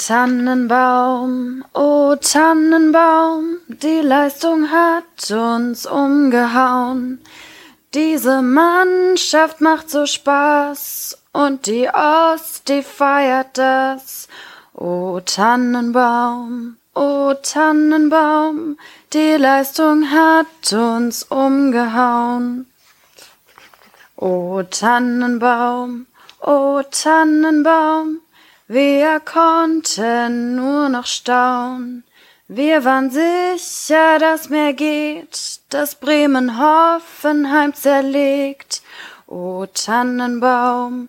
O Tannenbaum, die Leistung hat uns umgehauen. Diese Mannschaft macht so Spaß und die Ost, die feiert das. O Tannenbaum, die Leistung hat uns umgehauen. O Tannenbaum, wir konnten nur noch staunen. Wir waren sicher, dass mehr geht, dass Bremen Hoffenheim zerlegt. O Tannenbaum,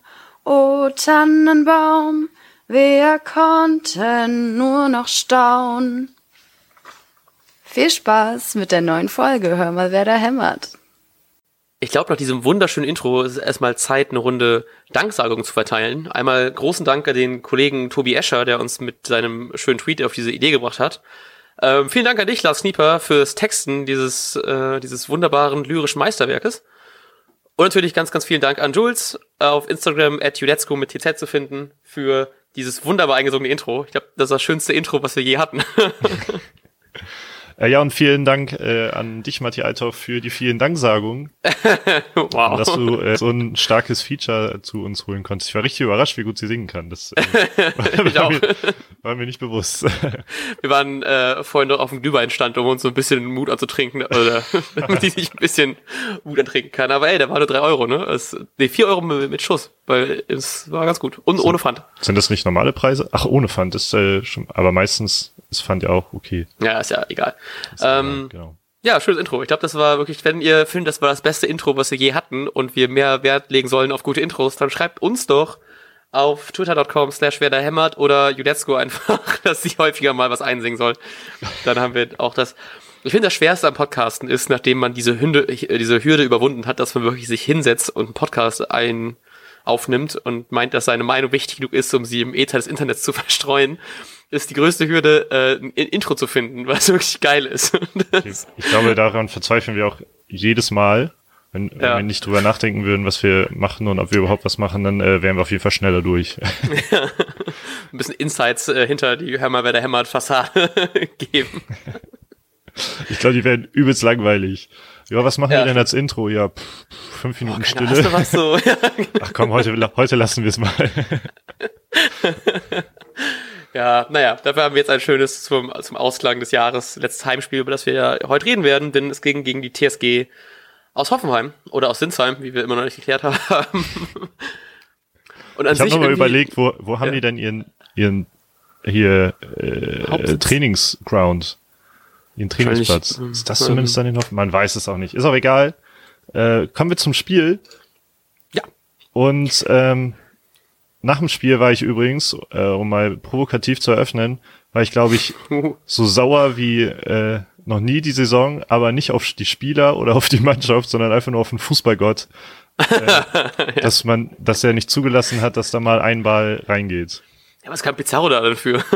wir konnten nur noch staunen. Viel Spaß mit der neuen Folge. Hör mal, wer da hämmert. Ich glaube, nach diesem wunderschönen Intro ist es erstmal Zeit, eine Runde Danksagungen zu verteilen. Einmal großen Dank an den Kollegen Tobi Escher, der uns mit seinem schönen Tweet auf diese Idee gebracht hat. Vielen Dank an dich, Lars Knieper, fürs Texten dieses wunderbaren lyrischen Meisterwerkes. Und natürlich ganz, ganz vielen Dank an Jules, auf Instagram @juletzko mit TZ zu finden, für dieses wunderbar eingesungene Intro. Ich glaube, das ist das schönste Intro, was wir je hatten. Ja, und vielen Dank an dich, Matti Althoff, für die vielen Danksagungen. Wow. Und dass du so ein starkes Feature zu uns holen konntest. Ich war richtig überrascht, wie gut sie singen kann. Das war mir nicht bewusst. Wir waren vorhin noch auf dem Glühweinstand, um uns so ein bisschen Mut anzutrinken, oder damit sie sich ein bisschen Mut antrinken kann. Aber ey, da waren nur 3 Euro, ne? 4 Euro mit Schuss, weil es war ganz gut. Und ohne Pfand. Sind das nicht normale Preise? Ach, ohne Pfand ist schon, aber meistens ist Pfand ja auch okay. Ja, ist ja egal. Genau. Ja, schönes Intro. Ich glaube, das war wirklich, wenn ihr findet, das war das beste Intro, was wir je hatten und wir mehr Wert legen sollen auf gute Intros, dann schreibt uns doch auf twitter.com/werderhämmert oder Juletzko einfach, dass sie häufiger mal was einsingen soll. Dann haben wir auch das. Ich finde, das Schwerste am Podcasten ist, nachdem man diese Hürde überwunden hat, dass man wirklich sich hinsetzt und einen Podcast aufnimmt und meint, dass seine Meinung wichtig genug ist, um sie im Äther des Internets zu verstreuen, ist die größte Hürde, ein Intro zu finden, was wirklich geil ist. Ich glaube, daran verzweifeln wir auch jedes Mal. Wenn wir nicht drüber nachdenken würden, was wir machen und ob wir überhaupt was machen, dann wären wir auf jeden Fall schneller durch. Ja. Ein bisschen Insights hinter die Hör mal, wer da hämmert Fassade geben. Ich glaube, die werden übelst langweilig. Ja, was machen wir denn als Intro? Ja, 5 Minuten Stille. Hast du was so? Ja, genau. Ach komm, heute lassen wir es mal. Ja, naja, dafür haben wir jetzt ein schönes zum Ausklang des Jahres, letztes Heimspiel, über das wir ja heute reden werden, denn es ging gegen die TSG aus Hoffenheim oder aus Sinsheim, wie wir immer noch nicht geklärt haben. Und an ich habe nochmal überlegt, wo haben die denn ihren Trainingsground, ihren Trainingsplatz? Ist das zumindest dann in Hoffenheim? Man weiß es auch nicht. Ist auch egal. Kommen wir zum Spiel. Ja. Und nach dem Spiel war ich übrigens, um mal provokativ zu eröffnen, war ich, glaube ich, so sauer wie noch nie die Saison, aber nicht auf die Spieler oder auf die Mannschaft, sondern einfach nur auf den Fußballgott, dass er nicht zugelassen hat, dass da mal ein Ball reingeht. Ja, was kann Pizarro da denn für?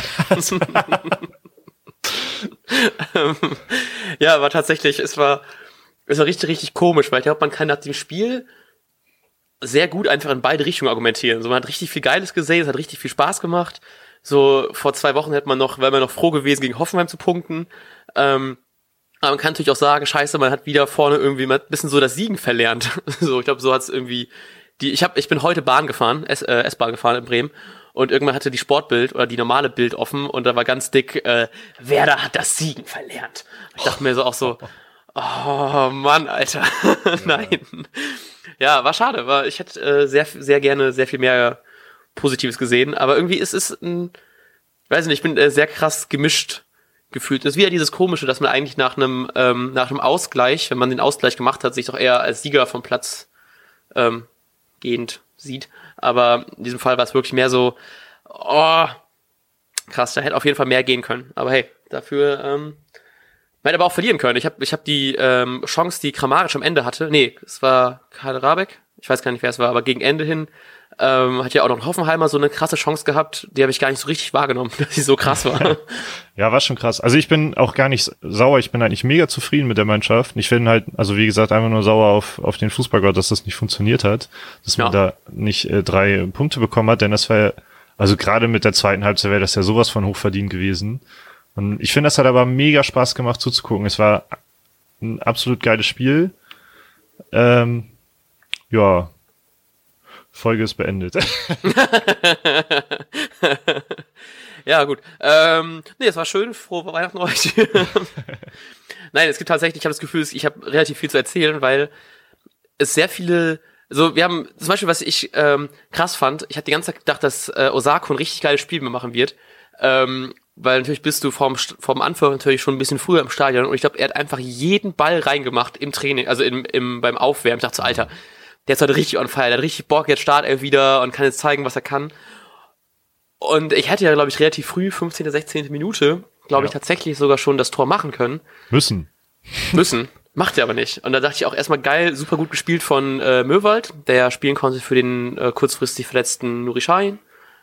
Ja, aber tatsächlich, es war richtig, richtig komisch, weil ich glaube, man kann nach dem Spiel sehr gut einfach in beide Richtungen argumentieren. So, man hat richtig viel Geiles gesehen, es hat richtig viel Spaß gemacht. So, vor 2 Wochen wäre man noch froh gewesen, gegen Hoffenheim zu punkten. Aber man kann natürlich auch sagen, scheiße, man hat wieder vorne irgendwie mal ein bisschen so das Siegen verlernt. So, ich glaube, so hat's irgendwie ich bin heute Bahn gefahren, S-Bahn gefahren in Bremen. Und irgendwann hatte die Sportbild oder die normale Bild offen und da war ganz dick, Werder hat das Siegen verlernt. Ich dachte mir so auch so, oh Mann, Alter, nein. Ja, war schade, ich hätte sehr, sehr gerne sehr viel mehr Positives gesehen, aber irgendwie ist es weiß nicht, ich bin sehr krass gemischt gefühlt. Es ist wieder dieses Komische, dass man eigentlich nach einem Ausgleich, wenn man den Ausgleich gemacht hat, sich doch eher als Sieger vom Platz gehend sieht. Aber in diesem Fall war es wirklich mehr so, oh, krass, da hätte auf jeden Fall mehr gehen können. Aber hey, dafür, man hätte aber auch verlieren können. Ich hab die Chance, die Kramaric am Ende hatte, es war Karl Rabeck, ich weiß gar nicht, wer es war, aber gegen Ende hin hat ja auch noch ein Hoffenheimer so eine krasse Chance gehabt, die habe ich gar nicht so richtig wahrgenommen, dass sie so krass war. Ja, war schon krass. Also ich bin auch gar nicht sauer, ich bin eigentlich mega zufrieden mit der Mannschaft. Ich bin halt, also wie gesagt, einfach nur sauer auf den Fußballgott, dass das nicht funktioniert hat, dass man da nicht 3 Punkte bekommen hat, denn das war Also gerade mit der zweiten Halbzeit wäre das ja sowas von hochverdient gewesen. Und ich finde, das hat aber mega Spaß gemacht zuzugucken. Es war ein absolut geiles Spiel. Ja, Folge ist beendet. Ja, gut. Nee, es war schön. Frohe Weihnachten euch. Nein, es gibt tatsächlich, ich habe das Gefühl, ich habe relativ viel zu erzählen, weil es sehr viele, also wir haben, zum Beispiel, was ich krass fand, ich hatte die ganze Zeit gedacht, dass Osako ein richtig geiles Spiel machen wird, weil natürlich bist du vom Anfang natürlich schon ein bisschen früher im Stadion und ich glaube, er hat einfach jeden Ball reingemacht im Training, also beim Aufwärmen. Ich dachte so, Alter, der ist heute richtig on fire, der hat richtig Bock, jetzt startet er wieder und kann jetzt zeigen, was er kann. Und ich hätte ja, glaube ich, relativ früh, 15., 16. Minute, glaube ich, tatsächlich sogar schon das Tor machen können. Müssen. Macht er aber nicht. Und da dachte ich auch erstmal geil, super gut gespielt von Möwald, der spielen konnte für den kurzfristig verletzten Nuri Sahin.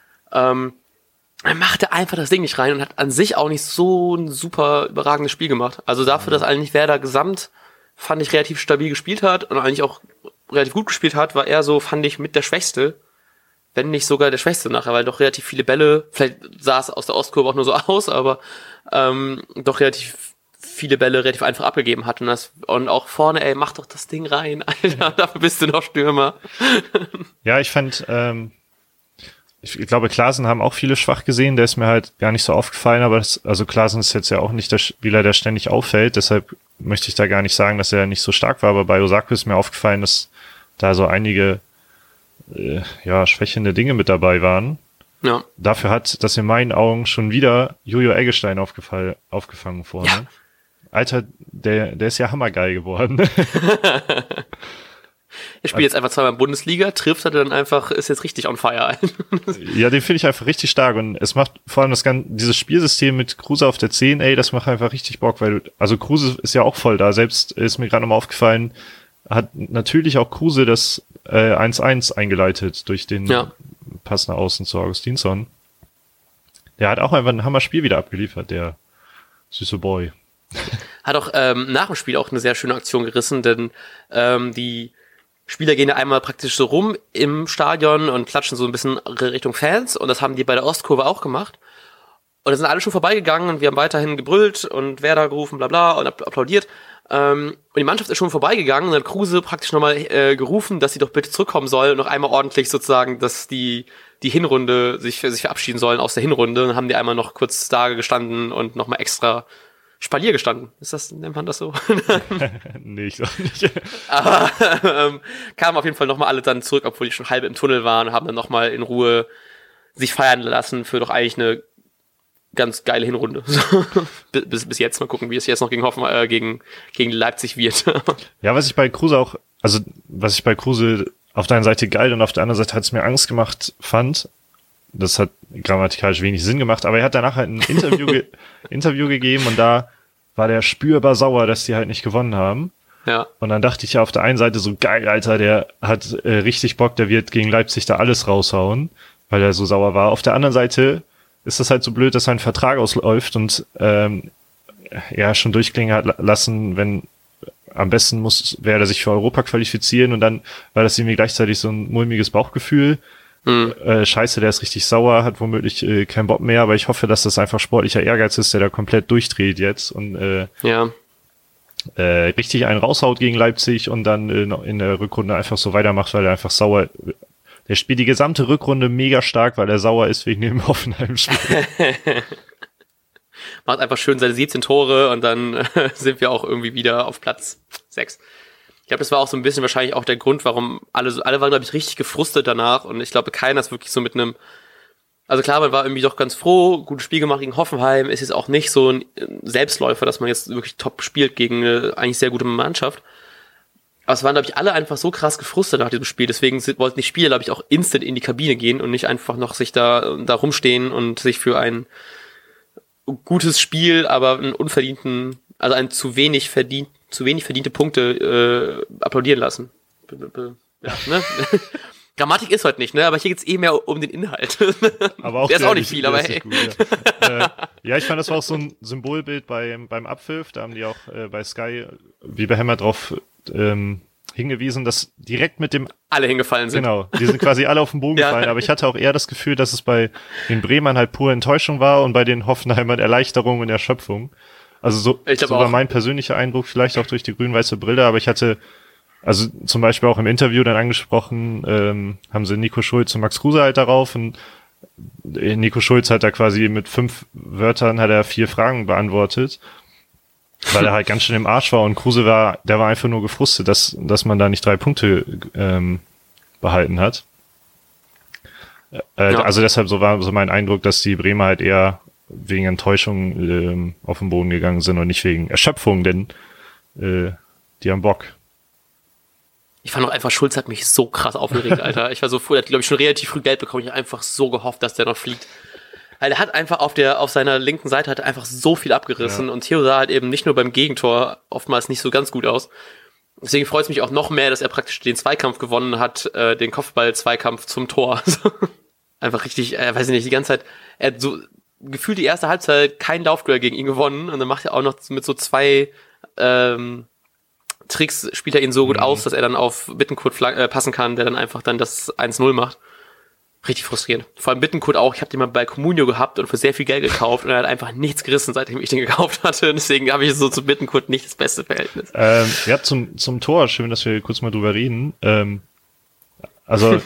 Er machte einfach das Ding nicht rein und hat an sich auch nicht so ein super überragendes Spiel gemacht. Also dafür, dass eigentlich Werder gesamt, fand ich, relativ stabil gespielt hat und eigentlich auch relativ gut gespielt hat, war er so, fand ich, mit der Schwächste, wenn nicht sogar der Schwächste nachher, weil doch relativ viele Bälle, vielleicht sah es aus der Ostkurve auch nur so aus, aber doch relativ viele Bälle relativ einfach abgegeben hat und auch vorne, ey, mach doch das Ding rein, Alter, dafür bist du noch Stürmer. Ja, ich fand, ich glaube, Klaassen haben auch viele schwach gesehen, der ist mir halt gar nicht so aufgefallen, aber also Klaassen ist jetzt ja auch nicht der Spieler, der ständig auffällt, deshalb möchte ich da gar nicht sagen, dass er nicht so stark war, aber bei Osako ist mir aufgefallen, dass da so einige schwächende Dinge mit dabei waren. Ja. Dafür hat das in meinen Augen schon wieder Jojo Eggestein aufgefangen vorne. Ja. Alter, der ist ja hammergeil geworden. Er spielt jetzt einfach zweimal Bundesliga, trifft er dann einfach, ist jetzt richtig on fire. Ja, den finde ich einfach richtig stark und es macht vor allem dieses Spielsystem mit Kruse auf der 10, das macht einfach richtig Bock, weil also Kruse ist ja auch voll da, selbst ist mir gerade nochmal aufgefallen, hat natürlich auch Kruse das 1-1 eingeleitet durch den Pass nach außen zu Augustinsson. Der hat auch einfach ein Hammer-Spiel wieder abgeliefert, der süße Boy. Hat auch nach dem Spiel auch eine sehr schöne Aktion gerissen, denn die Spieler gehen ja einmal praktisch so rum im Stadion und klatschen so ein bisschen Richtung Fans und das haben die bei der Ostkurve auch gemacht. Und da sind alle schon vorbeigegangen und wir haben weiterhin gebrüllt und Werder gerufen, bla bla und applaudiert. Und die Mannschaft ist schon vorbeigegangen und hat Kruse praktisch nochmal gerufen, dass sie doch bitte zurückkommen soll und noch einmal ordentlich sozusagen, dass die Hinrunde sich verabschieden sollen aus der Hinrunde. Und dann haben die einmal noch kurz da gestanden und nochmal extra Spalier gestanden. Nennt man das so? Nee, ich auch nicht. Aber kamen auf jeden Fall nochmal alle dann zurück, obwohl die schon halb im Tunnel waren und haben dann nochmal in Ruhe sich feiern lassen für doch eigentlich eine ganz geile Hinrunde. bis jetzt. Mal gucken, wie es jetzt noch gegen Leipzig wird. Ja, was ich bei Kruse auf der einen Seite geil und auf der anderen Seite hat es mir Angst gemacht fand, das hat grammatikalisch wenig Sinn gemacht, aber er hat danach halt ein Interview gegeben und da war der spürbar sauer, dass die halt nicht gewonnen haben. Ja. Und dann dachte ich ja auf der einen Seite so, geil, Alter, der hat richtig Bock, der wird gegen Leipzig da alles raushauen, weil er so sauer war. Auf der anderen Seite ist das halt so blöd, dass sein Vertrag ausläuft und schon durchklingen hat lassen, wenn am besten werde er sich für Europa qualifizieren und dann war das irgendwie gleichzeitig so ein mulmiges Bauchgefühl. Scheiße, der ist richtig sauer, hat womöglich keinen Bock mehr, aber ich hoffe, dass das einfach sportlicher Ehrgeiz ist, der da komplett durchdreht jetzt und richtig einen raushaut gegen Leipzig und dann in der Rückrunde einfach so weitermacht, weil er einfach sauer. Der spielt die gesamte Rückrunde mega stark, weil er sauer ist wegen dem Hoffenheim-Spiel. Macht einfach schön seine 17 Tore und dann sind wir auch irgendwie wieder auf Platz 6. Ich glaube, das war auch so ein bisschen wahrscheinlich auch der Grund, warum alle waren, glaube ich, richtig gefrustet danach und ich glaube, keiner ist wirklich so mit einem, also klar, man war irgendwie doch ganz froh, gutes Spiel gemacht gegen Hoffenheim, ist jetzt auch nicht so ein Selbstläufer, dass man jetzt wirklich top spielt gegen eine eigentlich sehr gute Mannschaft. Aber es waren, glaube ich, alle einfach so krass gefrustet nach diesem Spiel, deswegen wollten die Spieler, glaube ich, auch instant in die Kabine gehen und nicht einfach noch sich da rumstehen und sich für ein gutes Spiel, aber einen unverdienten, also ein zu wenig verdiente Punkte applaudieren lassen. Ja, ne? Grammatik ist heute nicht, ne? Aber hier geht's mehr um den Inhalt. Aber auch der ist auch nicht viel, aber hey. Gut, ja. Ich fand, das war auch so ein Symbolbild beim Abpfiff. Da haben die auch bei Sky wie behämmert drauf hingewiesen, dass direkt mit dem alle hingefallen sind. Genau, die sind quasi alle auf den Boden Ja. gefallen, aber ich hatte auch eher das Gefühl, dass es bei den Bremern halt pure Enttäuschung war und bei den Hoffenheimern Erleichterung und Erschöpfung. Also so war auch. mein persönlicher Eindruck, vielleicht auch durch die grün-weiße Brille, aber ich hatte, also zum Beispiel auch im Interview dann angesprochen, haben sie Nico Schulz und Max Kruse halt darauf und Nico Schulz hat da quasi mit 5 Wörtern hat er 4 Fragen beantwortet, weil er halt ganz schön im Arsch war und Kruse der war einfach nur gefrustet, dass man da nicht 3 Punkte behalten hat. Ja. Also deshalb so war so mein Eindruck, dass die Bremer halt eher wegen Enttäuschung auf den Boden gegangen sind und nicht wegen Erschöpfung, denn die haben Bock. Ich fand auch einfach, Schulz hat mich so krass aufgeregt, Alter. Ich war so froh, er hat, glaube ich, schon relativ früh Geld bekommen. Ich habe einfach so gehofft, dass der noch fliegt. Weil er hat einfach auf seiner linken Seite hat er einfach so viel abgerissen und Theo sah halt eben nicht nur beim Gegentor oftmals nicht so ganz gut aus. Deswegen freut es mich auch noch mehr, dass er praktisch den Zweikampf gewonnen hat, den Kopfball-Zweikampf zum Tor. Einfach richtig, weiß ich nicht, die ganze Zeit, er hat so gefühlt die erste Halbzeit kein Laufduell gegen ihn gewonnen und dann macht er auch noch mit so 2 Tricks, spielt er ihn so gut aus, dass er dann auf Bittencourt passen kann, der dann einfach dann das 1-0 macht. Richtig frustrierend. Vor allem Bittencourt auch, ich habe den mal bei Comunio gehabt und für sehr viel Geld gekauft und er hat einfach nichts gerissen, seitdem ich den gekauft hatte. Deswegen habe ich so zu Bittencourt nicht das beste Verhältnis. Ja, zum Tor, schön, dass wir kurz mal drüber reden. Also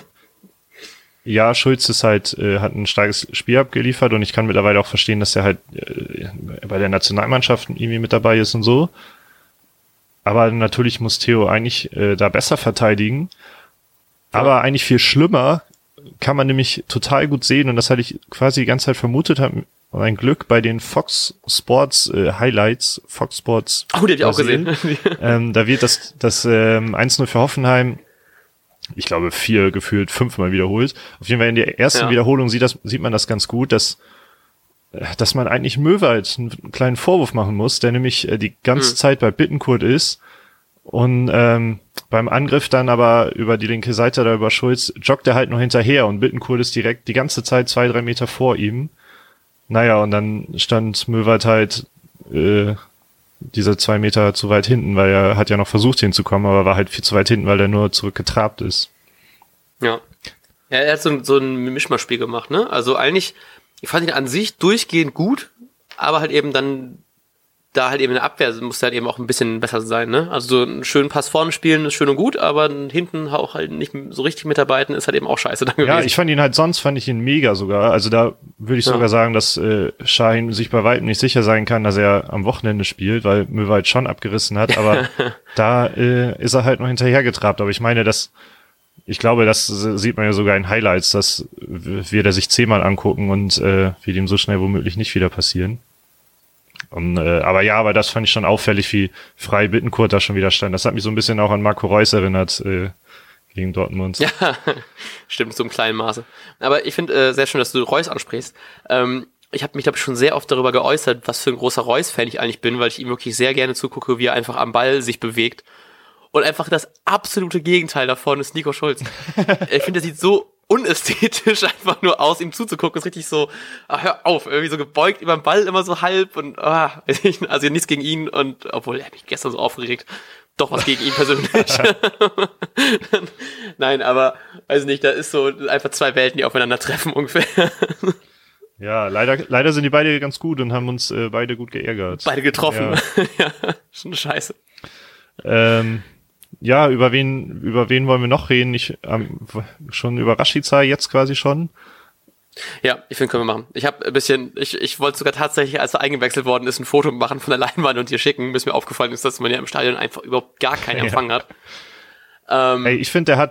ja, Schulz ist halt, hat ein starkes Spiel abgeliefert und ich kann mittlerweile auch verstehen, dass er halt bei der Nationalmannschaft irgendwie mit dabei ist und so. Aber natürlich muss Theo eigentlich da besser verteidigen. Aber eigentlich viel schlimmer kann man nämlich total gut sehen, und das hatte ich quasi die ganze Zeit vermutet, ein Glück bei den Fox Sports Highlights, Fox Sports. Oh, die hab ich auch gesehen. Da wird das 1-0 für Hoffenheim, ich glaube 4 gefühlt 5-mal wiederholt. Auf jeden Fall in der ersten Wiederholung sieht man das ganz gut, dass man eigentlich Möwald einen kleinen Vorwurf machen muss, der nämlich die ganze Zeit bei Bittencourt ist und beim Angriff dann aber über die linke Seite da über Schulz joggt er halt noch hinterher und Bittencourt ist direkt die ganze Zeit 2-3 Meter vor ihm. Naja, und dann stand Möwald halt diese 2 Meter zu weit hinten, weil er hat ja noch versucht hinzukommen, aber war halt viel zu weit hinten, weil er nur zurückgetrabt ist. Ja, er hat so ein Mischmaschspiel gemacht, ne? Also eigentlich, ich fand ihn an sich durchgehend gut, aber halt eben dann da halt eben in der Abwehr musste halt eben auch ein bisschen besser sein, ne? Also so einen schönen Pass vorne spielen ist schön und gut, aber hinten auch halt nicht so richtig mitarbeiten ist halt eben auch scheiße dann gewesen. Ja, fand ich ihn mega sogar. Also da würde ich sogar sagen, dass Şahin sich bei weitem nicht sicher sein kann, dass er am Wochenende spielt, weil Möwald schon abgerissen hat, aber da ist er halt noch hinterhergetrabt. Aber ich meine, ich glaube, das sieht man ja sogar in Highlights, dass wir sich 10-mal angucken und wird ihm so schnell womöglich nicht wieder passieren. Und, aber das fand ich schon auffällig, wie frei Bittencourt da schon wieder stand. Das hat mich so ein bisschen auch an Marco Reus erinnert gegen Dortmund. Ja, stimmt, so im kleinen Maße. Aber ich finde sehr schön, dass du Reus ansprichst. Ich habe mich, glaube ich, schon sehr oft darüber geäußert, was für ein großer Reus-Fan ich eigentlich bin, weil ich ihm wirklich sehr gerne zugucke, wie er einfach am Ball sich bewegt. Und einfach das absolute Gegenteil davon ist Nico Schulz. Ich finde, der sieht so unästhetisch einfach nur aus, ihm zuzugucken, ist richtig so, hör auf, irgendwie so gebeugt über den Ball, immer so halb und, also nichts gegen ihn und, obwohl, er hat mich gestern so aufgeregt, doch was gegen ihn persönlich. Nein, aber, weiß nicht, da ist so einfach 2 Welten, die aufeinandertreffen ungefähr. Ja, leider sind die beide ganz gut und haben uns beide gut geärgert. Beide getroffen. Ja, schon scheiße. Ja, über wen wollen wir noch reden? Schon über Rashica jetzt quasi schon. Ja, ich finde, können wir machen. Ich habe ein bisschen, ich wollte sogar tatsächlich, als er eingewechselt worden ist, ein Foto machen von der Leinwand und dir schicken, bis mir aufgefallen ist, dass man ja im Stadion einfach überhaupt gar keinen Empfang hat. Ich finde,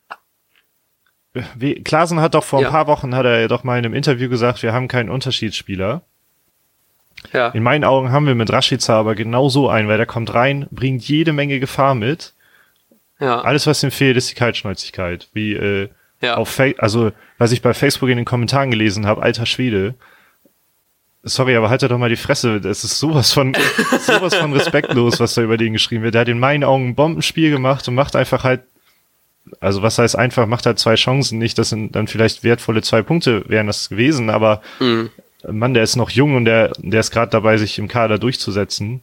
Klaasen hat doch vor ein paar Wochen, hat er doch mal in einem Interview gesagt, wir haben keinen Unterschiedsspieler. Ja. In meinen Augen haben wir mit Rashica aber genau so einen, weil der kommt rein, bringt jede Menge Gefahr mit. Ja. Alles, was ihm fehlt, ist die Kaltschnäuzigkeit. Also, was ich bei Facebook in den Kommentaren gelesen habe, alter Schwede. Sorry, aber halt doch mal die Fresse. Das ist sowas von respektlos, was da über den geschrieben wird. Der hat in meinen Augen ein Bombenspiel gemacht und macht einfach halt, also was heißt einfach, macht halt 2 Chancen. Nicht, das sind dann vielleicht wertvolle 2 Punkte wären das gewesen, aber Mann, der ist noch jung und der ist gerade dabei, sich im Kader durchzusetzen.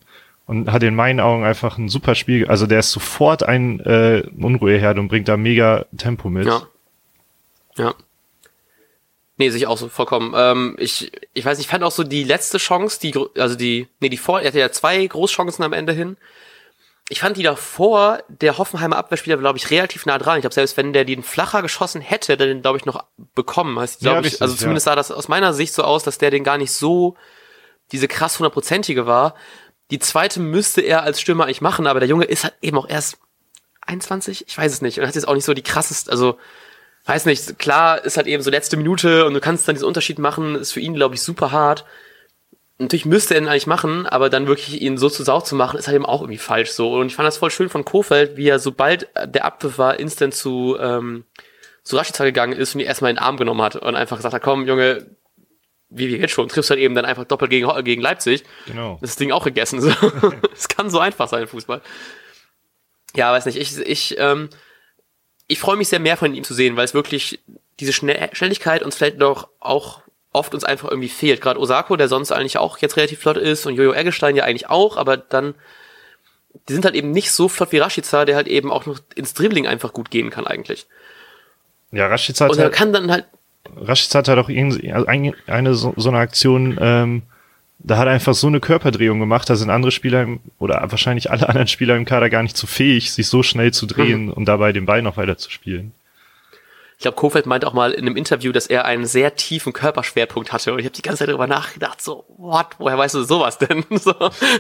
und hat in meinen Augen einfach ein super Spiel. Also der ist sofort ein Unruheherd und bringt da mega Tempo mit. Ja. Nee, sehe ich auch so vollkommen. Ich weiß nicht, ich fand auch so die letzte Chance, er hatte ja 2 Großchancen am Ende hin. Ich fand die davor, der Hoffenheimer Abwehrspieler, glaube ich, relativ nah dran. Ich glaube, selbst wenn der den flacher geschossen hätte, der den, glaube ich, noch bekommen. Heißt, richtig, also zumindest sah das aus meiner Sicht so aus, dass der den gar nicht so diese krass 100%ige war. Die zweite müsste er als Stürmer eigentlich machen, aber der Junge ist halt eben auch erst 21, ich weiß es nicht. Und hat jetzt auch nicht so die krasseste, also weiß nicht, klar ist halt eben so letzte Minute und du kannst dann diesen Unterschied machen, ist für ihn, glaube ich, super hart. Natürlich müsste er ihn eigentlich machen, aber dann wirklich ihn so zu Sau zu machen, ist halt eben auch irgendwie falsch so. Und ich fand das voll schön von Kofeld, wie er, sobald der Abpfiff war, instant zu Rashica gegangen ist und ihn erstmal in den Arm genommen hat und einfach gesagt hat, komm, Junge, wie wir jetzt schon, triffst halt eben dann einfach doppelt gegen Leipzig. Genau. Das Ding auch gegessen. So. Es kann so einfach sein, Fußball. Ja, weiß nicht, ich freue mich sehr mehr von ihm zu sehen, weil es wirklich diese Schnelligkeit uns vielleicht doch auch oft uns einfach irgendwie fehlt. Gerade Osako, der sonst eigentlich auch jetzt relativ flott ist und Jojo Eggestein ja eigentlich auch, aber dann, die sind halt eben nicht so flott wie Rashica, der halt eben auch noch ins Dribbling einfach gut gehen kann eigentlich. Ja, Rashica und er kann dann halt Rashica hat auch so eine Aktion, da hat er einfach so eine Körperdrehung gemacht, da sind andere Spieler oder wahrscheinlich alle anderen Spieler im Kader gar nicht so fähig, sich so schnell zu drehen und dabei den Ball noch weiter zu spielen. Ich glaube, Kofeld meinte auch mal in einem Interview, dass er einen sehr tiefen Körperschwerpunkt hatte. Und ich habe die ganze Zeit darüber nachgedacht, so, woher weißt du sowas denn? So.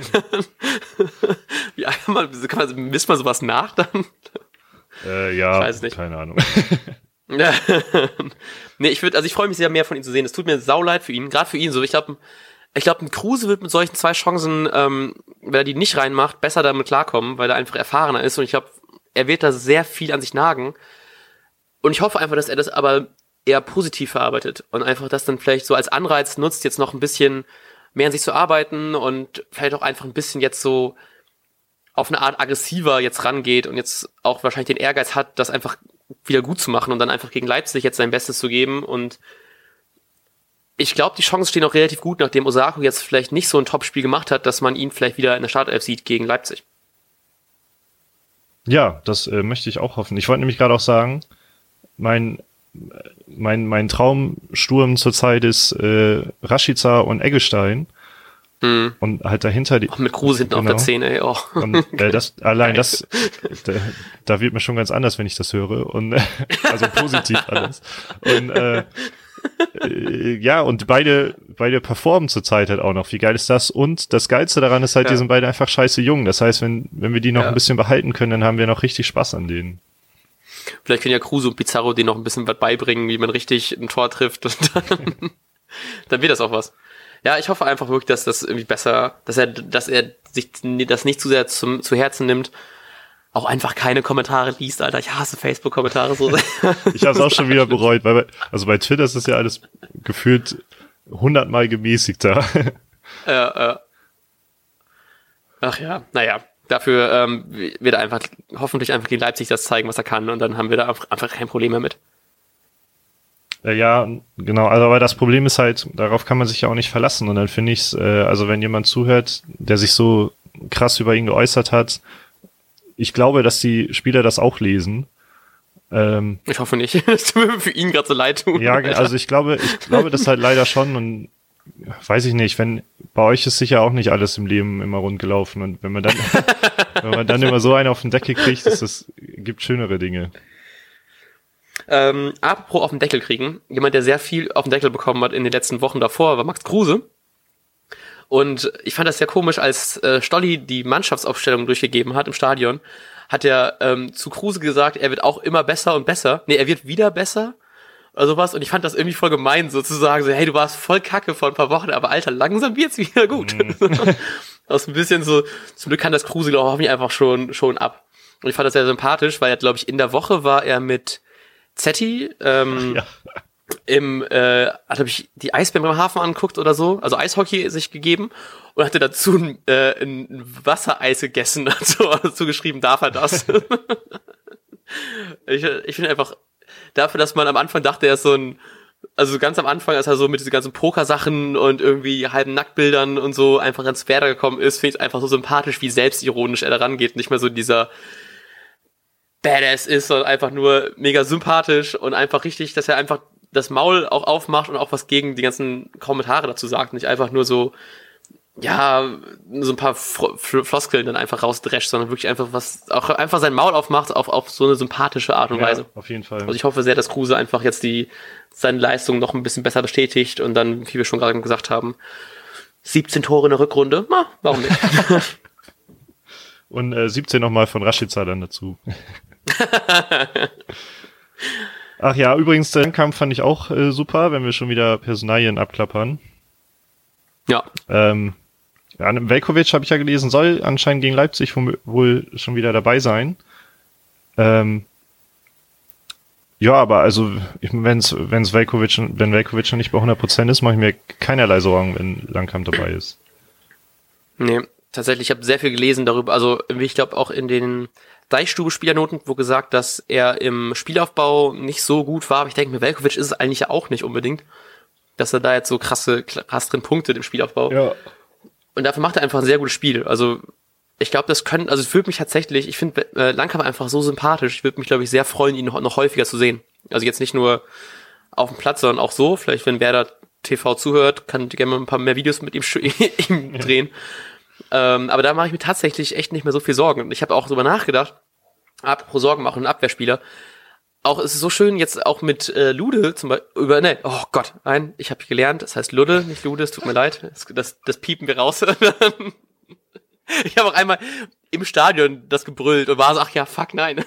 Misst man sowas nach dann? Ja, ich weiß nicht. Keine Ahnung. Nee, ich freue mich sehr mehr von ihm zu sehen. Es tut mir sauleid für ihn, gerade für ihn so. Ich glaube, ein Kruse wird mit solchen 2 Chancen, wenn er die nicht reinmacht, besser damit klarkommen, weil er einfach erfahrener ist. Und ich glaube, er wird da sehr viel an sich nagen. Und ich hoffe einfach, dass er das aber eher positiv verarbeitet und einfach das dann vielleicht so als Anreiz nutzt, jetzt noch ein bisschen mehr an sich zu arbeiten und vielleicht auch einfach ein bisschen jetzt so auf eine Art aggressiver jetzt rangeht und jetzt auch wahrscheinlich den Ehrgeiz hat, das einfach wieder gut zu machen und dann einfach gegen Leipzig jetzt sein Bestes zu geben. Und ich glaube, die Chancen stehen auch relativ gut, nachdem Osako jetzt vielleicht nicht so ein Top-Spiel gemacht hat, dass man ihn vielleicht wieder in der Startelf sieht gegen Leipzig. Ja, das möchte ich auch hoffen. Ich wollte nämlich gerade auch sagen, mein Traumsturm zurzeit ist Rashica und Eggestein. Und halt dahinter die. Auch mit Kruse hinten auf der 10, ey. Oh. Und da wird mir schon ganz anders, wenn ich das höre. Und also positiv alles. Und ja, und beide performen zurzeit halt auch noch. Wie geil ist das? Und das Geilste daran ist halt, die sind beide einfach scheiße jung. Das heißt, wenn wir die noch ein bisschen behalten können, dann haben wir noch richtig Spaß an denen. Vielleicht können ja Kruse und Pizarro denen noch ein bisschen was beibringen, wie man richtig ein Tor trifft und dann wird das auch was. Ja, ich hoffe einfach wirklich, dass das irgendwie besser, dass er sich das nicht zu sehr zu Herzen nimmt. Auch einfach keine Kommentare liest, Alter. Ich hasse Facebook-Kommentare so sehr. Ich habe es auch schon wieder bereut, weil bei Twitter ist das ja alles gefühlt 100-mal gemäßigter. Ja. Ach ja, naja. Dafür wird er hoffentlich einfach gegen Leipzig das zeigen, was er kann, und dann haben wir da einfach kein Problem mehr mit. Ja, genau, also aber das Problem ist halt, darauf kann man sich ja auch nicht verlassen, und dann finde ich es, also wenn jemand zuhört, der sich so krass über ihn geäußert hat, ich glaube, dass die Spieler das auch lesen. Ich hoffe nicht. Es tut mir für ihn gerade so leid tun. Ja, also ich glaube das halt leider schon, und weiß ich nicht, bei euch ist sicher auch nicht alles im Leben immer rund gelaufen, und wenn man dann immer so einen auf den Deckel kriegt, gibt schönere Dinge. Apropos auf den Deckel kriegen, jemand, der sehr viel auf den Deckel bekommen hat in den letzten Wochen davor, war Max Kruse. Und ich fand das sehr komisch, als Stolli die Mannschaftsaufstellung durchgegeben hat im Stadion, hat er zu Kruse gesagt, er wird auch immer besser und besser. Nee, er wird wieder besser oder sowas. Und ich fand das irgendwie voll gemein, sozusagen, so, hey, du warst voll kacke vor ein paar Wochen, aber Alter, langsam wird's wieder gut. Aus ein bisschen so, zum Glück kann das Kruse, glaube ich, hoffentlich einfach schon ab. Und ich fand das sehr sympathisch, weil er, glaube ich, in der Woche war er mit Zetti, hat, glaube ich, die Eisbären beim Hafen angeguckt oder so, also Eishockey sich gegeben, und hatte dazu ein Wassereis gegessen und so, dazu geschrieben, darf er das? Ich finde einfach, dafür, dass man am Anfang dachte, er ist so ein Also ganz am Anfang, als er so mit diesen ganzen Poker-Sachen und irgendwie halben Nacktbildern und so einfach ins Werder gekommen ist, finde ich es einfach so sympathisch, wie selbstironisch er da rangeht. Nicht mehr so dieser Badass ist, sondern einfach nur mega sympathisch und einfach richtig, dass er einfach das Maul auch aufmacht und auch was gegen die ganzen Kommentare dazu sagt. Nicht einfach nur so, ja, so ein paar Floskeln dann einfach rausdrescht, sondern wirklich einfach auch einfach sein Maul aufmacht auf so eine sympathische Art und Weise. Auf jeden Fall. Also ich hoffe sehr, dass Kruse einfach jetzt seine Leistung noch ein bisschen besser bestätigt und dann, wie wir schon gerade gesagt haben, 17 Tore in der Rückrunde, warum nicht? Und 17 nochmal von Rashica dann dazu. Ach ja, übrigens, den Kampf fand ich auch super, wenn wir schon wieder Personalien abklappern. Ja. Veljković, habe ich ja gelesen, soll anscheinend gegen Leipzig wohl schon wieder dabei sein. Ja, aber also, wenn Veljković noch nicht bei 100% ist, mache ich mir keinerlei Sorgen, wenn Langkamp dabei ist. Nee, tatsächlich, ich habe sehr viel gelesen darüber, also ich glaube auch in den Deichstube-Spielernoten wurde gesagt, dass er im Spielaufbau nicht so gut war, aber ich denke mir, Veljković ist es eigentlich ja auch nicht unbedingt, dass er da jetzt so krass drin punktet im Spielaufbau. Ja. Und dafür macht er einfach ein sehr gutes Spiel. Also ich glaube, es würde mich tatsächlich, ich finde Langkamp einfach so sympathisch, ich würde mich, glaube ich, sehr freuen, ihn noch häufiger zu sehen. Also jetzt nicht nur auf dem Platz, sondern auch so. Vielleicht, wenn Werder TV zuhört, kann ich gerne mal ein paar mehr Videos mit ihm drehen. Aber da mache ich mir tatsächlich echt nicht mehr so viel Sorgen. Und ich habe auch drüber nachgedacht, apropos Sorgen machen, ein Abwehrspieler. Auch es ist so schön jetzt auch mit Lude zum Beispiel ich habe gelernt, das heißt Ludde, nicht Lude, es tut mir leid, das piepen wir raus. Ich habe auch einmal im Stadion das gebrüllt und war so, ach ja, fuck, nein.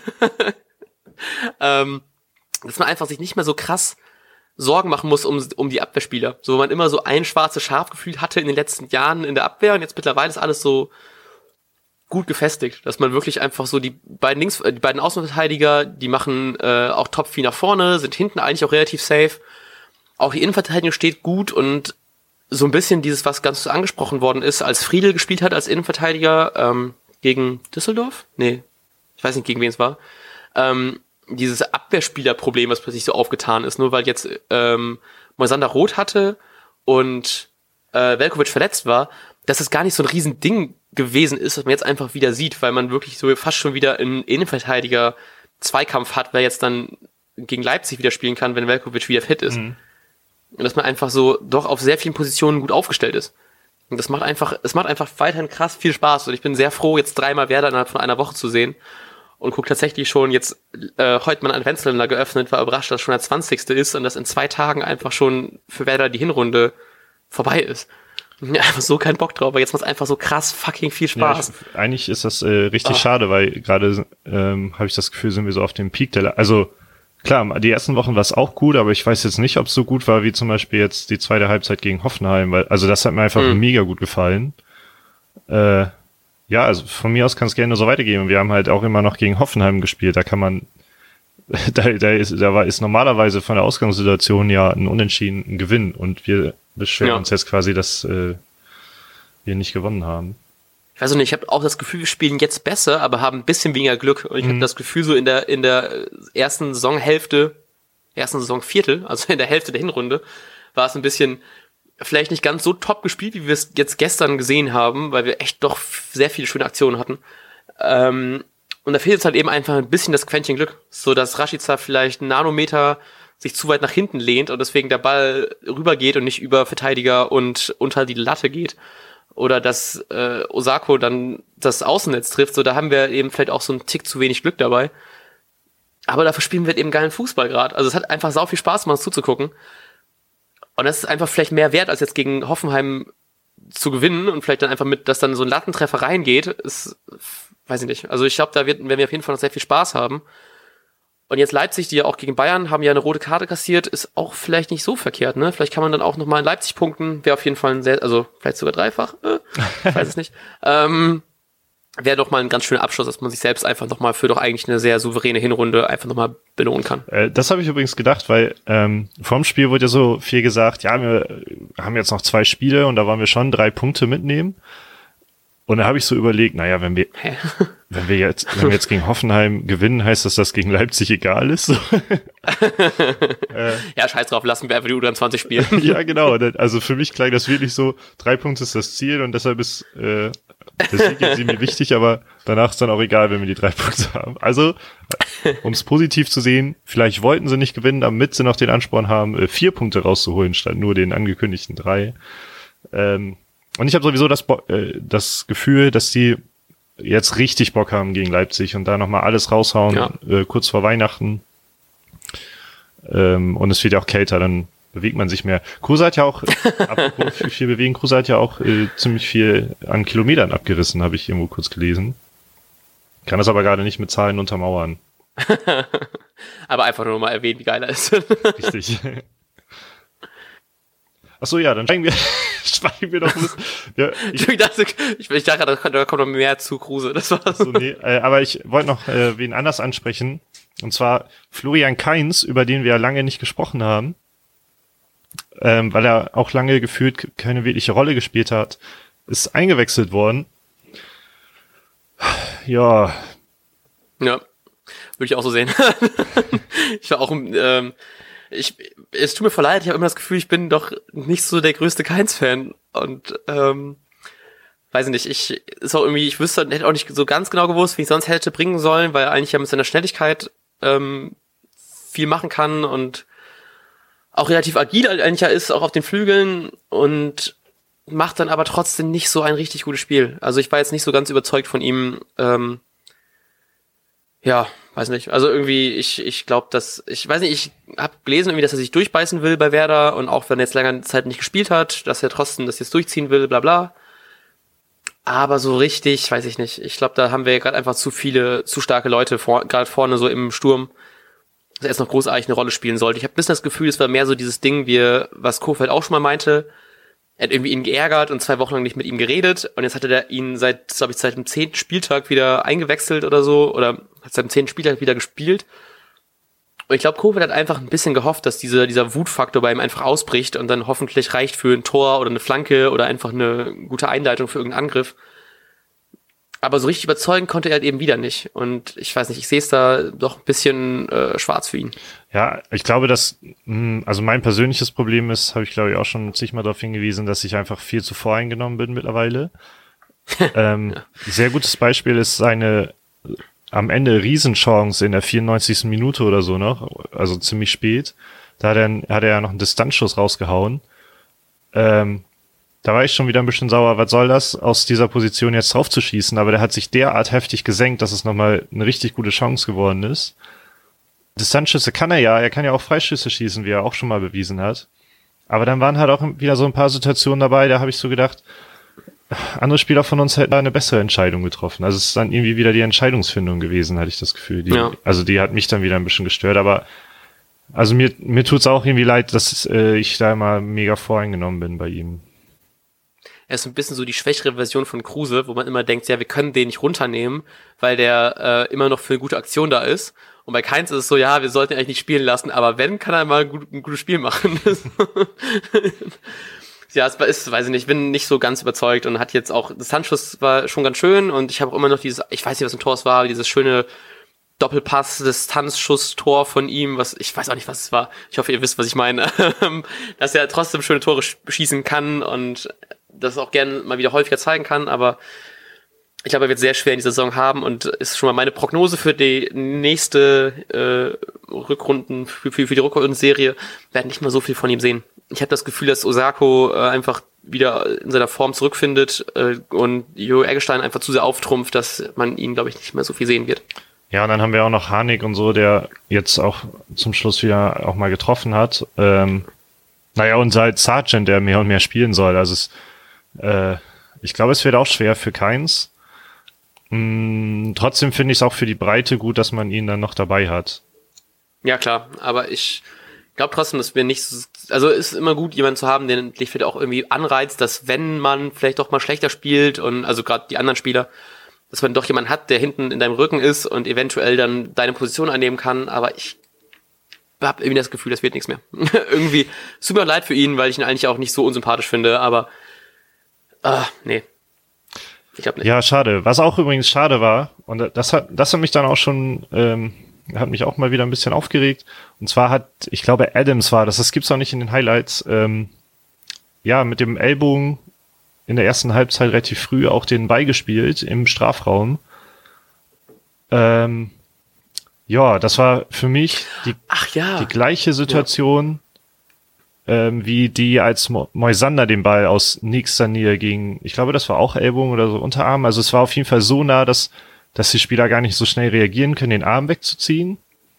Dass man einfach sich nicht mehr so krass Sorgen machen muss um die Abwehrspieler. So, wo man immer so ein schwarzes Schaf gefühlt hatte in den letzten Jahren in der Abwehr und jetzt mittlerweile ist alles so gut gefestigt, dass man wirklich einfach so die beiden Außenverteidiger, die machen auch top viel nach vorne, sind hinten eigentlich auch relativ safe. Auch die Innenverteidigung steht gut und so ein bisschen dieses, was ganz angesprochen worden ist, als Friedel gespielt hat als Innenverteidiger gegen Düsseldorf? Nee, ich weiß nicht, gegen wen es war. Dieses Abwehrspielerproblem, was plötzlich so aufgetan ist, nur weil jetzt Moisander rot hatte und Veljković verletzt war, dass es gar nicht so ein Riesending gewesen ist, was man jetzt einfach wieder sieht, weil man wirklich so fast schon wieder einen Innenverteidiger-Zweikampf hat, wer jetzt dann gegen Leipzig wieder spielen kann, wenn Veljković wieder fit ist. Mhm. Und dass man einfach so doch auf sehr vielen Positionen gut aufgestellt ist. Und es macht einfach weiterhin krass viel Spaß. Und ich bin sehr froh, jetzt 3-mal Werder innerhalb von einer Woche zu sehen. Und gucke tatsächlich schon jetzt, heute mein Adventskalender geöffnet, war überrascht, dass schon der 20. ist und dass in 2 Tagen einfach schon für Werder die Hinrunde vorbei ist. Ja, einfach so keinen Bock drauf, aber jetzt macht es einfach so krass fucking viel Spaß. Ja, eigentlich ist das richtig schade, weil gerade habe ich das Gefühl, sind wir so auf dem Peak also klar, die ersten Wochen war es auch gut, aber ich weiß jetzt nicht, ob es so gut war, wie zum Beispiel jetzt die zweite Halbzeit gegen Hoffenheim, weil, also das hat mir einfach mega gut gefallen. Ja, also von mir aus kann es gerne so weitergehen. Und wir haben halt auch immer noch gegen Hoffenheim gespielt. Da kann man, ist normalerweise von der Ausgangssituation ja ein Unentschieden, ein Gewinn. Und wir beschweren uns jetzt quasi, dass wir nicht gewonnen haben. Ich weiß nicht, ich habe auch das Gefühl, wir spielen jetzt besser, aber haben ein bisschen weniger Glück. Und ich habe das Gefühl, so in der ersten Saisonviertel, also in der Hälfte der Hinrunde, war es ein bisschen vielleicht nicht ganz so top gespielt, wie wir es jetzt gestern gesehen haben, weil wir echt doch sehr viele schöne Aktionen hatten. Und da fehlt jetzt halt eben einfach ein bisschen das Quäntchen Glück, so dass Rashica vielleicht einen Nanometer sich zu weit nach hinten lehnt und deswegen der Ball rübergeht und nicht über Verteidiger und unter die Latte geht. Oder dass Osako dann das Außennetz trifft, so da haben wir eben vielleicht auch so einen Tick zu wenig Glück dabei. Aber dafür spielen wir eben geilen Fußball gerade. Also es hat einfach sau viel Spaß, mal zuzugucken. Und das ist einfach vielleicht mehr wert, als jetzt gegen Hoffenheim zu gewinnen und vielleicht dann einfach mit, dass dann so ein Lattentreffer reingeht, ist, weiß ich nicht. Also ich glaube, da werden wir auf jeden Fall noch sehr viel Spaß haben. Und jetzt Leipzig, die ja auch gegen Bayern haben ja eine rote Karte kassiert, ist auch vielleicht nicht so verkehrt, ne? Vielleicht kann man dann auch nochmal in Leipzig punkten, wäre auf jeden Fall also vielleicht sogar dreifach, ich weiß es nicht. Wäre doch mal ein ganz schöner Abschluss, dass man sich selbst einfach nochmal für doch eigentlich eine sehr souveräne Hinrunde einfach nochmal belohnen kann. Das habe ich übrigens gedacht, weil vorm Spiel wurde ja so viel gesagt, ja, wir haben jetzt noch 2 Spiele und da wollen wir schon 3 Punkte mitnehmen. Und da habe ich so überlegt, naja, wenn wir jetzt gegen Hoffenheim gewinnen, heißt das, dass gegen Leipzig egal ist? Ja, scheiß drauf, lassen wir einfach die U23 spielen. Ja, genau. Also für mich klang das wirklich so, 3 Punkte ist das Ziel und deshalb ist der Sieg jetzt irgendwie wichtig, aber danach ist dann auch egal, wenn wir die 3 Punkte haben. Also, um es positiv zu sehen, vielleicht wollten sie nicht gewinnen, damit sie noch den Ansporn haben, 4 Punkte rauszuholen, statt nur den angekündigten 3. Und ich habe sowieso das Gefühl, dass die jetzt richtig Bock haben gegen Leipzig und da nochmal alles raushauen, kurz vor Weihnachten. Und es wird ja auch kälter, dann bewegt man sich mehr. Kruse hat ja auch, apropos viel bewegen, Kruse hat ja auch ziemlich viel an Kilometern abgerissen, habe ich irgendwo kurz gelesen. Kann das aber gerade nicht mit Zahlen untermauern. Aber einfach nur mal erwähnen, wie geil er ist. Richtig. Achso, ja, dann schweigen wir doch. Ja, ich dachte, da kommt noch mehr zu Kruse. Das war's. So, nee, aber ich wollte noch wen anders ansprechen. Und zwar Florian Kainz, über den wir ja lange nicht gesprochen haben. Weil er auch lange gefühlt keine wirkliche Rolle gespielt hat, ist eingewechselt worden. Ja. Ja, würde ich auch so sehen. Ich war auch es tut mir voll leid, ich habe immer das Gefühl, ich bin doch nicht so der größte Kainz-Fan und weiß nicht, hätte auch nicht so ganz genau gewusst, wie ich sonst hätte bringen sollen, weil er eigentlich ja mit seiner Schnelligkeit viel machen kann und auch relativ agil eigentlich ja ist, auch auf den Flügeln und macht dann aber trotzdem nicht so ein richtig gutes Spiel. Also ich war jetzt nicht so ganz überzeugt von ihm. Ja, weiß nicht. Also irgendwie, ich glaube, ich habe gelesen irgendwie, dass er sich durchbeißen will bei Werder und auch wenn er jetzt länger Zeit nicht gespielt hat, dass er trotzdem das jetzt durchziehen will, bla bla. Aber so richtig, weiß ich nicht. Ich glaube, da haben wir gerade einfach zu starke Leute, gerade vorne so im Sturm, dass er jetzt noch großartig eine Rolle spielen sollte. Ich habe ein bisschen das Gefühl, es war mehr so dieses Ding, was Kohfeldt auch schon mal meinte. Er hat irgendwie ihn geärgert und 2 Wochen lang nicht mit ihm geredet und jetzt hatte er ihn seit dem 10. Spieltag wieder eingewechselt oder so oder hat seit dem 10. Spieltag wieder gespielt. Und ich glaube, Kohfeldt hat einfach ein bisschen gehofft, dass dieser Wutfaktor bei ihm einfach ausbricht und dann hoffentlich reicht für ein Tor oder eine Flanke oder einfach eine gute Einleitung für irgendeinen Angriff. Aber so richtig überzeugen konnte er halt eben wieder nicht. Und ich weiß nicht, ich sehe es da doch ein bisschen schwarz für ihn. Ja, ich glaube, also mein persönliches Problem ist, habe ich glaube ich auch schon zigmal darauf hingewiesen, dass ich einfach viel zu voreingenommen bin mittlerweile. Sehr gutes Beispiel ist seine am Ende Riesenchance in der 94. Minute oder so noch, also ziemlich spät. Da hat er ja noch einen Distanzschuss rausgehauen. Da war ich schon wieder ein bisschen sauer, was soll das, aus dieser Position jetzt drauf zu schießen, aber der hat sich derart heftig gesenkt, dass es nochmal eine richtig gute Chance geworden ist. Distanzschüsse kann er kann ja auch Freischüsse schießen, wie er auch schon mal bewiesen hat. Aber dann waren halt auch wieder so ein paar Situationen dabei, da habe ich so gedacht, andere Spieler von uns hätten da eine bessere Entscheidung getroffen. Also es ist dann irgendwie wieder die Entscheidungsfindung gewesen, hatte ich das Gefühl. Also die hat mich dann wieder ein bisschen gestört, aber also mir tut's auch irgendwie leid, dass ich da immer mega voreingenommen bin bei ihm. Er ist ein bisschen so die schwächere Version von Kruse, wo man immer denkt, ja, wir können den nicht runternehmen, weil der immer noch für eine gute Aktion da ist. Und bei Kainz ist es so, ja, wir sollten ihn eigentlich nicht spielen lassen, aber wenn, kann er mal ein gutes Spiel machen. Ja, weiß ich nicht, bin nicht so ganz überzeugt und hat jetzt auch, das Distanzschuss war schon ganz schön und ich habe auch immer noch ich weiß nicht, was ein Tor es war, dieses schöne Doppelpass, Distanzschuss-Tor von ihm, ich weiß auch nicht, was es war. Ich hoffe, ihr wisst, was ich meine. Dass er trotzdem schöne Tore schießen kann und das auch gerne mal wieder häufiger zeigen kann, aber ich glaube, er wird sehr schwer in dieser Saison haben und ist schon mal meine Prognose für die nächste Rückrunden, für die Rückrundenserie, werden nicht mal so viel von ihm sehen. Ich habe das Gefühl, dass Osako einfach wieder in seiner Form zurückfindet und Jo Eggestein einfach zu sehr auftrumpft, dass man ihn, glaube ich, nicht mehr so viel sehen wird. Ja, und dann haben wir auch noch Harnik und so, der jetzt auch zum Schluss wieder auch mal getroffen hat. Naja, und seit Sargent, der mehr und mehr spielen soll. Also ich glaube, es wird auch schwer für Kainz. Trotzdem finde ich es auch für die Breite gut, dass man ihn dann noch dabei hat. Ja, klar, aber ich glaube trotzdem, dass wir nicht so, also ist immer gut, jemanden zu haben, der vielleicht auch irgendwie anreizt, dass wenn man vielleicht doch mal schlechter spielt und also gerade die anderen Spieler, dass man doch jemanden hat, der hinten in deinem Rücken ist und eventuell dann deine Position einnehmen kann, aber ich habe irgendwie das Gefühl, das wird nichts mehr. Irgendwie, es tut mir leid für ihn, weil ich ihn eigentlich auch nicht so unsympathisch finde, aber nee. Ich glaube nicht. Ja, schade. Was auch übrigens schade war, und das hat mich dann auch schon, hat mich auch mal wieder ein bisschen aufgeregt. Und zwar ich glaube, Adams war das gibt's auch nicht in den Highlights, mit dem Ellbogen in der ersten Halbzeit relativ früh auch den Ball gespielt im Strafraum. Das war für mich die gleiche Situation, wie die, als Moisander den Ball aus nächster Nähe gegen, ich glaube, das war auch Ellbogen oder so Unterarm. Also es war auf jeden Fall so nah, dass die Spieler gar nicht so schnell reagieren können, den Arm wegzuziehen.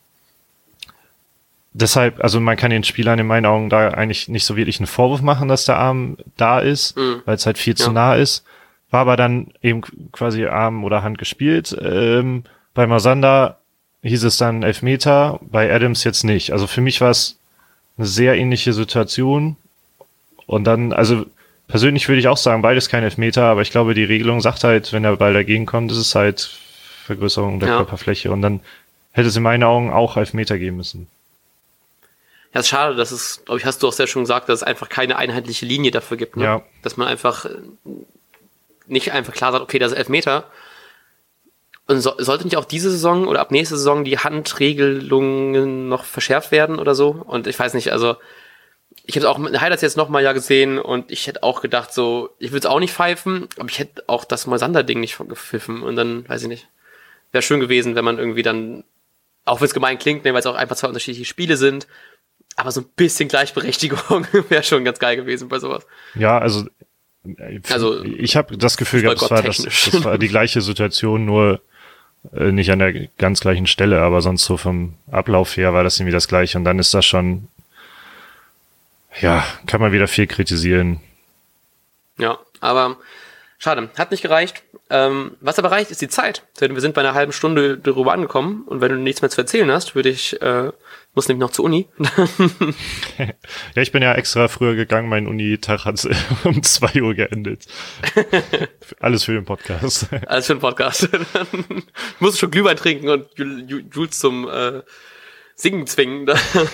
Deshalb, also man kann den Spielern in meinen Augen da eigentlich nicht so wirklich einen Vorwurf machen, dass der Arm da ist, weil es halt viel zu nah ist. War aber dann eben quasi Arm oder Hand gespielt. Bei Moisander hieß es dann Elfmeter, bei Adams jetzt nicht. Also für mich war es eine sehr ähnliche Situation. Und dann, also persönlich würde ich auch sagen, beides kein Elfmeter, aber ich glaube, die Regelung sagt halt, wenn der Ball dagegen kommt, ist es halt Vergrößerung der Körperfläche. Und dann hätte es in meinen Augen auch Elfmeter geben müssen. Ja, ist schade, dass es, glaube ich, hast du auch sehr schon gesagt, dass es einfach keine einheitliche Linie dafür gibt. Ne? Ja. Dass man einfach nicht einfach klar sagt, okay, das ist Elfmeter. Und sollte nicht auch diese Saison oder ab nächste Saison die Handregelungen noch verschärft werden oder so? Und ich weiß nicht, also ich habe auch mit den Highlights jetzt nochmal gesehen und ich hätte auch gedacht, so, ich würde es auch nicht pfeifen, aber ich hätte auch das Moisander-Ding nicht gepfiffen und dann, weiß ich nicht, wäre schön gewesen, wenn man irgendwie dann, auch wenn es gemein klingt, weil es auch einfach zwei unterschiedliche Spiele sind, aber so ein bisschen Gleichberechtigung wäre schon ganz geil gewesen bei sowas. Ja, also ich habe das Gefühl gehabt, das war die gleiche Situation, nur nicht an der ganz gleichen Stelle, aber sonst so vom Ablauf her war das irgendwie das Gleiche und dann ist das schon, kann man wieder viel kritisieren. Ja, aber schade, hat nicht gereicht. Was aber reicht, ist die Zeit. Denn wir sind bei einer halben Stunde darüber angekommen und wenn du nichts mehr zu erzählen hast, muss nämlich noch zur Uni. Ja, ich bin ja extra früher gegangen, mein Uni-Tag hat um 2 Uhr geendet. Alles für den Podcast. Alles für den Podcast. Ich musste schon Glühwein trinken und Jules zum Singen zwingen.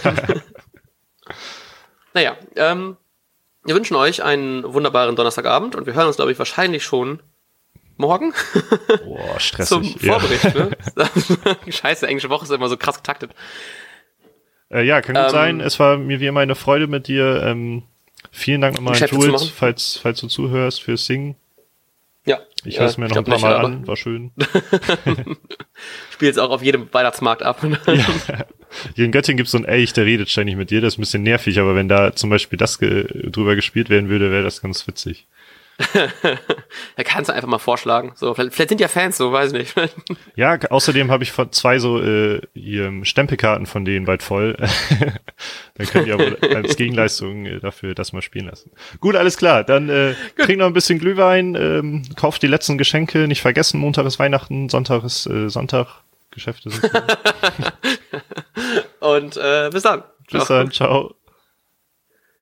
Naja, wir wünschen euch einen wunderbaren Donnerstagabend und wir hören uns, glaube ich, wahrscheinlich schon morgen. Boah, stressig. Zum Vorbericht, ne? Scheiße, englische Woche ist immer so krass getaktet. Kann gut sein. Es war mir wie immer eine Freude mit dir. Vielen Dank nochmal an Jules, falls du zuhörst, fürs Singen. Ja. Ich höre es mir noch ein paar Mal an, war schön. Spiel jetzt auch auf jedem Weihnachtsmarkt ab. Ja. Hier in Göttingen gibt's so einen Elch, der redet ständig mit dir, das ist ein bisschen nervig, aber wenn da zum Beispiel das drüber gespielt werden würde, wäre das ganz witzig. Da kannst du einfach mal vorschlagen. So, vielleicht sind ja Fans, so, weiß ich nicht. Ja, außerdem habe ich 2 so Stempelkarten von denen bald voll. Dann könnt ihr aber als Gegenleistung dafür das mal spielen lassen. Gut, alles klar. Dann trink noch ein bisschen Glühwein, kauft die letzten Geschenke, nicht vergessen, Montag ist Weihnachten, Sonntag ist Sonntag. Geschäfte sind. Und bis dann. Bis dann, ciao.